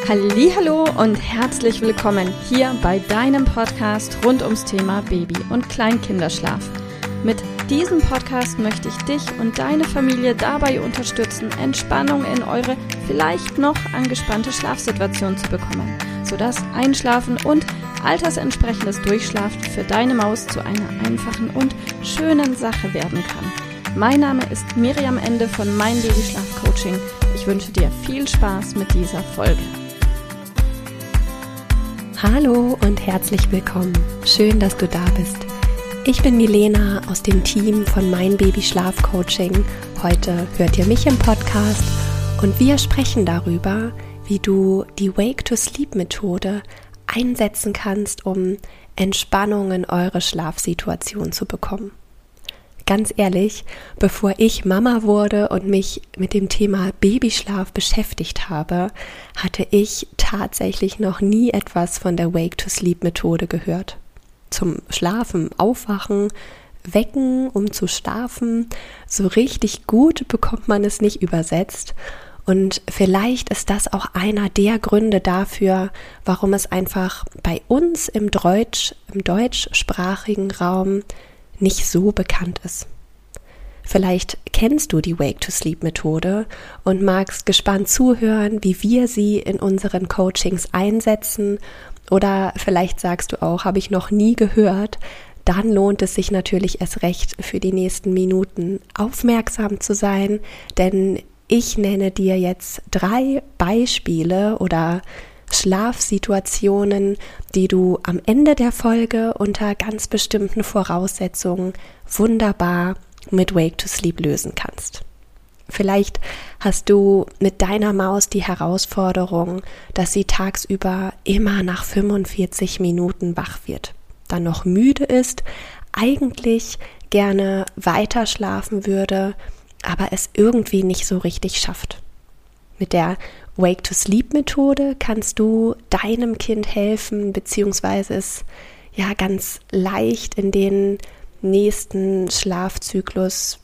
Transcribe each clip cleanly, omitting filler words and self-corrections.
Hallihallo und herzlich willkommen hier bei deinem Podcast rund ums Thema Baby- und Kleinkinderschlaf. Mit diesem Podcast möchte ich dich und deine Familie dabei unterstützen, Entspannung in eure vielleicht noch angespannte Schlafsituation zu bekommen, sodass Einschlafen und altersentsprechendes Durchschlafen für deine Maus zu einer einfachen und schönen Sache werden kann. Mein Name ist Miriam Ende von Mein Babyschlaf Coaching. Ich wünsche dir viel Spaß mit dieser Folge. Hallo und herzlich willkommen. Schön, dass du da bist. Ich bin Milena aus dem Team von Mein Babyschlaf Coaching. Heute hört ihr mich im Podcast und wir sprechen darüber, wie du die Wake-to-Sleep-Methode einsetzen kannst, um Entspannung in eure Schlafsituation zu bekommen. Ganz ehrlich, bevor ich Mama wurde und mich mit dem Thema Babyschlaf beschäftigt habe, hatte ich tatsächlich noch nie etwas von der Wake-to-Sleep-Methode gehört. Zum Schlafen, Aufwachen, Wecken, um zu schlafen, so richtig gut bekommt man es nicht übersetzt. Und vielleicht ist das auch einer der Gründe dafür, warum es einfach bei uns im deutschsprachigen Raum nicht so bekannt ist. Vielleicht kennst du die Wake-to-Sleep-Methode und magst gespannt zuhören, wie wir sie in unseren Coachings einsetzen, oder vielleicht sagst du auch, habe ich noch nie gehört. Dann lohnt es sich natürlich erst recht, für die nächsten Minuten aufmerksam zu sein, denn ich nenne dir jetzt 3 Beispiele oder Schlafsituationen, die du am Ende der Folge unter ganz bestimmten Voraussetzungen wunderbar mit Wake-to-Sleep lösen kannst. Vielleicht hast du mit deiner Maus die Herausforderung, dass sie tagsüber immer nach 45 Minuten wach wird, dann noch müde ist, eigentlich gerne weiter schlafen würde, aber es irgendwie nicht so richtig schafft. Mit der Wake-to-Sleep-Methode kannst du deinem Kind helfen, beziehungsweise es ganz leicht in den nächsten Schlafzyklus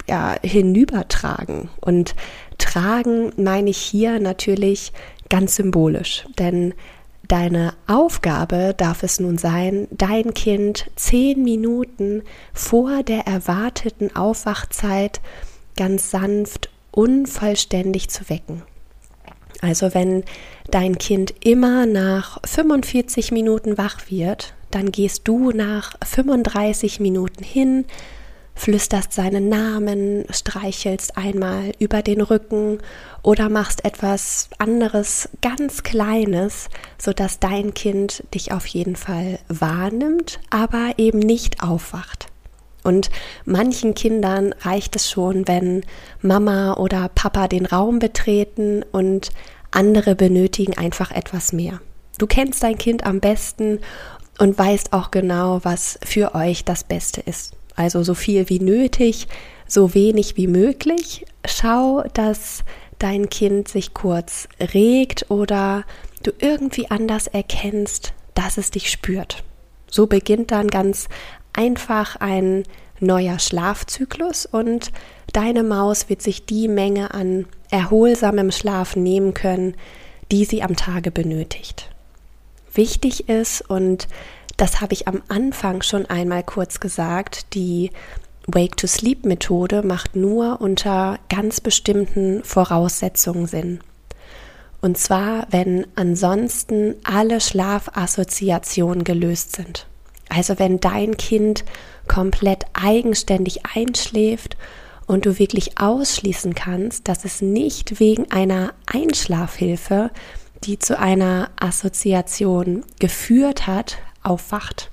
hinübertragen. Und tragen meine ich hier natürlich ganz symbolisch, denn deine Aufgabe darf es nun sein, dein Kind 10 Minuten vor der erwarteten Aufwachzeit ganz sanft unvollständig zu wecken. Also wenn dein Kind immer nach 45 Minuten wach wird, dann gehst du nach 35 Minuten hin, flüsterst seinen Namen, streichelst einmal über den Rücken oder machst etwas anderes, ganz Kleines, sodass dein Kind dich auf jeden Fall wahrnimmt, aber eben nicht aufwacht. Und manchen Kindern reicht es schon, wenn Mama oder Papa den Raum betreten, und andere benötigen einfach etwas mehr. Du kennst dein Kind am besten und weißt auch genau, was für euch das Beste ist. Also so viel wie nötig, so wenig wie möglich. Schau, dass dein Kind sich kurz regt oder du irgendwie anders erkennst, dass es dich spürt. So beginnt dann ganz einfach ein neuer Schlafzyklus und deine Maus wird sich die Menge an erholsamem Schlaf nehmen können, die sie am Tage benötigt. Wichtig ist, und das habe ich am Anfang schon einmal kurz gesagt, die Wake-to-Sleep-Methode macht nur unter ganz bestimmten Voraussetzungen Sinn. Und zwar, wenn ansonsten alle Schlafassoziationen gelöst sind. Also wenn dein Kind komplett eigenständig einschläft und du wirklich ausschließen kannst, dass es nicht wegen einer Einschlafhilfe, die zu einer Assoziation geführt hat, aufwacht.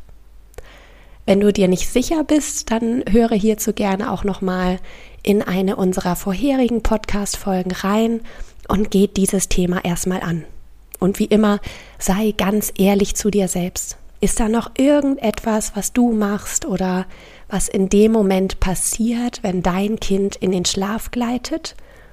Wenn du dir nicht sicher bist, dann höre hierzu gerne auch nochmal in eine unserer vorherigen Podcast-Folgen rein und geht dieses Thema erstmal an. Und wie immer, sei ganz ehrlich zu dir selbst. Ist da noch irgendetwas, was du machst oder was in dem Moment passiert, wenn dein Kind in den Schlaf gleitet,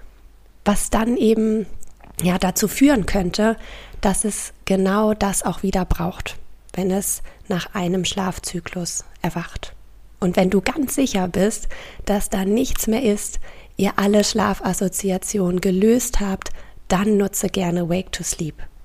was dann eben dazu führen könnte, dass es genau das auch wieder braucht, wenn es nach einem Schlafzyklus erwacht. Und wenn du ganz sicher bist, dass da nichts mehr ist, ihr alle Schlafassoziationen gelöst habt, dann nutze gerne Wake to Sleep.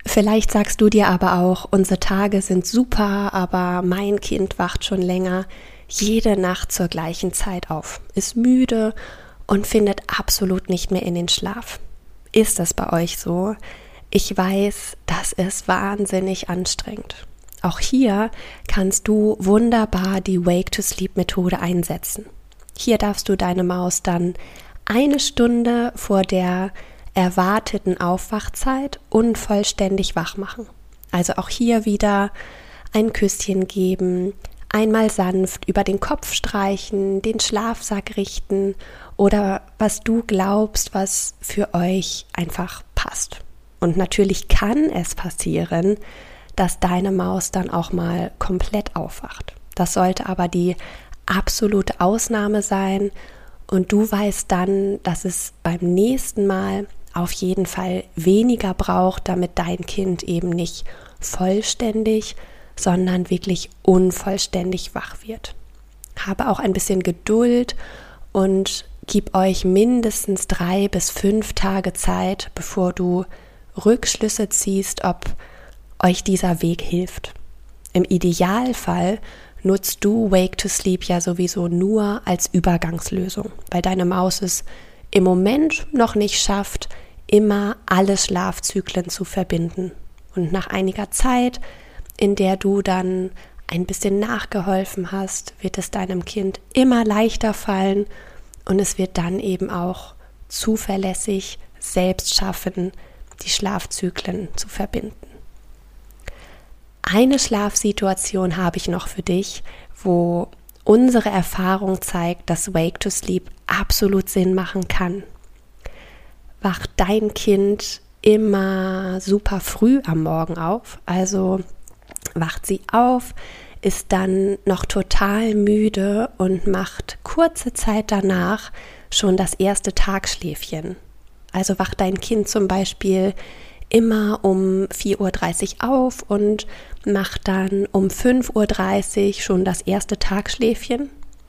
Vielleicht sagst du dir aber auch, unsere Tage sind super, aber mein Kind wacht schon länger jede Nacht zur gleichen Zeit auf, ist müde und findet absolut nicht mehr in den Schlaf. Ist das bei euch so? Ich weiß, das ist wahnsinnig anstrengend. Auch hier kannst du wunderbar die Wake-to-Sleep-Methode einsetzen. Hier darfst du deine Maus dann 1 Stunde vor der erwarteten Aufwachzeit unvollständig wach machen. Also auch hier wieder ein Küsschen geben, einmal sanft über den Kopf streichen, den Schlafsack richten oder was du glaubst, was für euch einfach passt. Und natürlich kann es passieren, dass deine Maus dann auch mal komplett aufwacht. Das sollte aber die absolute Ausnahme sein und du weißt dann, dass es beim nächsten Mal auf jeden Fall weniger braucht, damit dein Kind eben nicht vollständig, sondern wirklich unvollständig wach wird. Habe auch ein bisschen Geduld und gib euch mindestens 3 bis 5 Tage Zeit, bevor du Rückschlüsse ziehst, ob euch dieser Weg hilft. Im Idealfall nutzt du Wake to Sleep ja sowieso nur als Übergangslösung, weil deine Maus es im Moment noch nicht schafft, immer alle Schlafzyklen zu verbinden. Und nach einiger Zeit, in der du dann ein bisschen nachgeholfen hast, wird es deinem Kind immer leichter fallen und es wird dann eben auch zuverlässig selbst schaffen, die Schlafzyklen zu verbinden. Eine Schlafsituation habe ich noch für dich, wo unsere Erfahrung zeigt, dass Wake to Sleep absolut Sinn machen kann. Wacht dein Kind immer super früh am Morgen auf, also wacht sie auf, ist dann noch total müde und macht kurze Zeit danach schon das erste Tagschläfchen. Also wacht dein Kind zum Beispiel immer um 4:30 Uhr auf und macht dann um 5:30 Uhr schon das erste Tagschläfchen.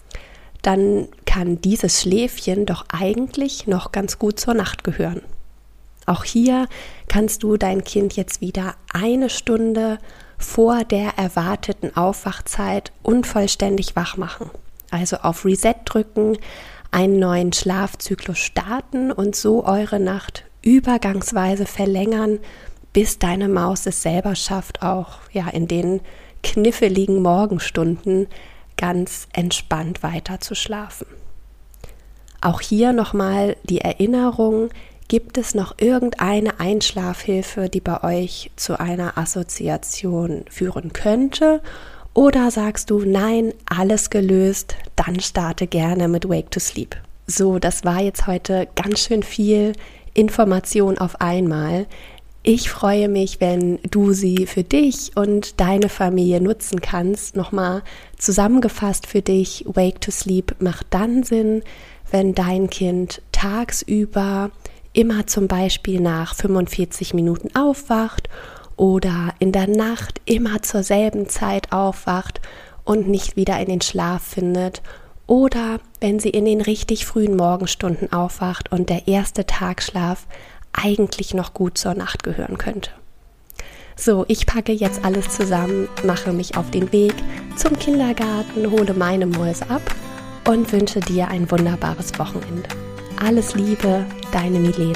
Dann kann dieses Schläfchen doch eigentlich noch ganz gut zur Nacht gehören. Auch hier kannst du dein Kind jetzt wieder 1 Stunde vor der erwarteten Aufwachzeit unvollständig wach machen. Also auf Reset drücken, einen neuen Schlafzyklus starten und so eure Nacht übergangsweise verlängern, bis deine Maus es selber schafft, auch in den kniffligen Morgenstunden ganz entspannt weiter zu schlafen. Auch hier nochmal die Erinnerung: Gibt es noch irgendeine Einschlafhilfe, die bei euch zu einer Assoziation führen könnte? Oder sagst du, nein, alles gelöst, dann starte gerne mit Wake to Sleep. So, das war jetzt heute ganz schön viel Information auf einmal. Ich freue mich, wenn du sie für dich und deine Familie nutzen kannst. Nochmal zusammengefasst für dich: Wake to Sleep macht dann Sinn, wenn dein Kind tagsüber immer zum Beispiel nach 45 Minuten aufwacht oder in der Nacht immer zur selben Zeit aufwacht und nicht wieder in den Schlaf findet, oder wenn sie in den richtig frühen Morgenstunden aufwacht und der erste Tagschlaf eigentlich noch gut zur Nacht gehören könnte. So, ich packe jetzt alles zusammen, mache mich auf den Weg zum Kindergarten, hole meine Mäuse ab und wünsche dir ein wunderbares Wochenende. Alles Liebe, deine Milena.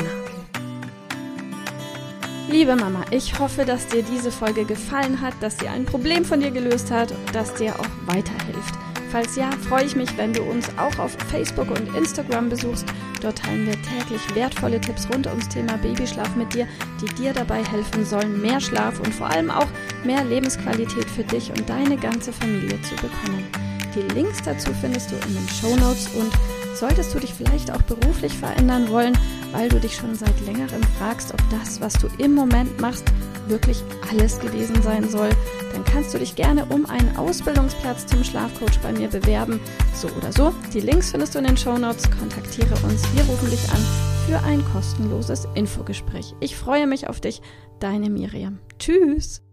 Liebe Mama, ich hoffe, dass dir diese Folge gefallen hat, dass sie ein Problem von dir gelöst hat, dass dir auch weiterhilft. Falls ja, freue ich mich, wenn du uns auch auf Facebook und Instagram besuchst. Dort teilen wir täglich wertvolle Tipps rund ums Thema Babyschlaf mit dir, die dir dabei helfen sollen, mehr Schlaf und vor allem auch mehr Lebensqualität für dich und deine ganze Familie zu bekommen. Die Links dazu findest du in den Shownotes und solltest du dich vielleicht auch beruflich verändern wollen, weil du dich schon seit längerem fragst, ob das, was du im Moment machst, wirklich alles gewesen sein soll, dann kannst du dich gerne um einen Ausbildungsplatz zum Schlafcoach bei mir bewerben. So oder so, die Links findest du in den Shownotes. Kontaktiere uns, wir rufen dich an für ein kostenloses Infogespräch. Ich freue mich auf dich, deine Miriam. Tschüss!